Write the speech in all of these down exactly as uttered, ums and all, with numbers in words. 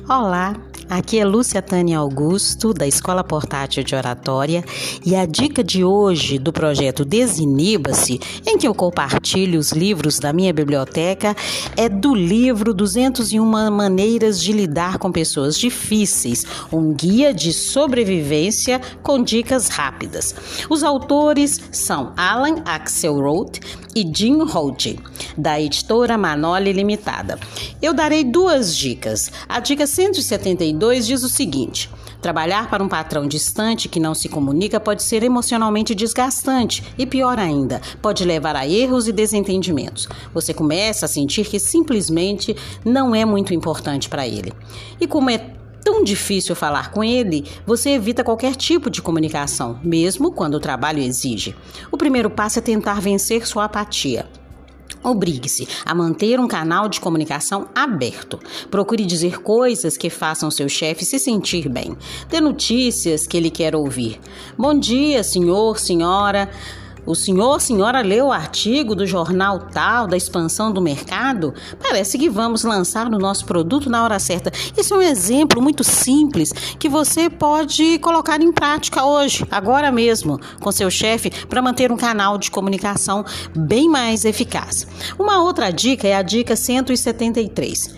Olá, aqui é Lúcia Tânia Augusto, da Escola Portátil de Oratória, e a dica de hoje do projeto Desiniba-se, em que eu compartilho os livros da minha biblioteca, é do livro duzentas e uma Maneiras de Lidar com Pessoas Difíceis, um guia de sobrevivência com dicas rápidas. Os autores são Alan Axelrod e Jim Hodge, da editora Manoli Limitada. Eu darei duas dicas. A dica cento e setenta e dois diz o seguinte: trabalhar para um patrão distante que não se comunica pode ser emocionalmente desgastante e, pior ainda, pode levar a erros e desentendimentos. Você começa a sentir que simplesmente não é muito importante para ele. E como é tão difícil falar com ele, você evita qualquer tipo de comunicação, mesmo quando o trabalho exige. O primeiro passo é tentar vencer sua apatia. Obrigue-se a manter um canal de comunicação aberto. Procure dizer coisas que façam seu chefe se sentir bem. Dê notícias que ele quer ouvir. Bom dia, senhor, senhora. O senhor, senhora leu o artigo do jornal tal, da expansão do mercado? Parece que vamos lançar o nosso produto na hora certa. Esse é um exemplo muito simples que você pode colocar em prática hoje, agora mesmo, com seu chefe, para manter um canal de comunicação bem mais eficaz. Uma outra dica é a dica cento e setenta e três.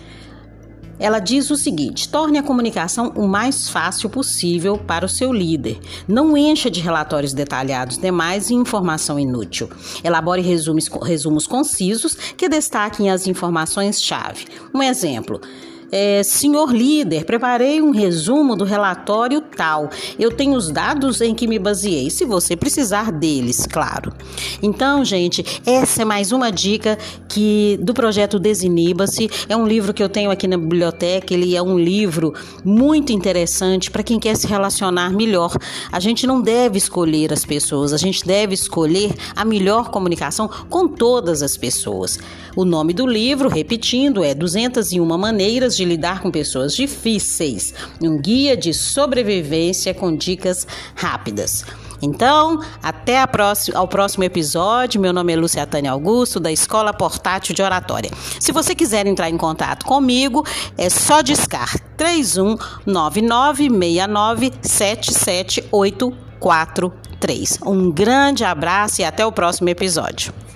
Ela diz o seguinte: torne a comunicação o mais fácil possível para o seu líder. Não encha de relatórios detalhados demais e informação inútil. Elabore resumos, resumos concisos que destaquem as informações-chave. Um exemplo: É, senhor líder, preparei um resumo do relatório tal. Eu tenho os dados em que me baseei, se você precisar deles, claro. Então, gente, essa é mais uma dica que, do projeto Desiniba-se. É um livro que eu tenho aqui na biblioteca. Ele é um livro muito interessante para quem quer se relacionar melhor. A gente não deve escolher as pessoas, a gente deve escolher a melhor comunicação com todas as pessoas. O nome do livro, repetindo, é duzentas e uma Maneiras de Lidar com Pessoas Difíceis, um guia de sobrevivência com dicas rápidas. Então, até a próxima, ao próximo episódio. Meu nome é Lúcia Tânia Augusto, da Escola Portátil de Oratória. Se você quiser entrar em contato comigo, é só discar três um nove nove seis nove sete sete oito quatro três. Um grande abraço e até o próximo episódio.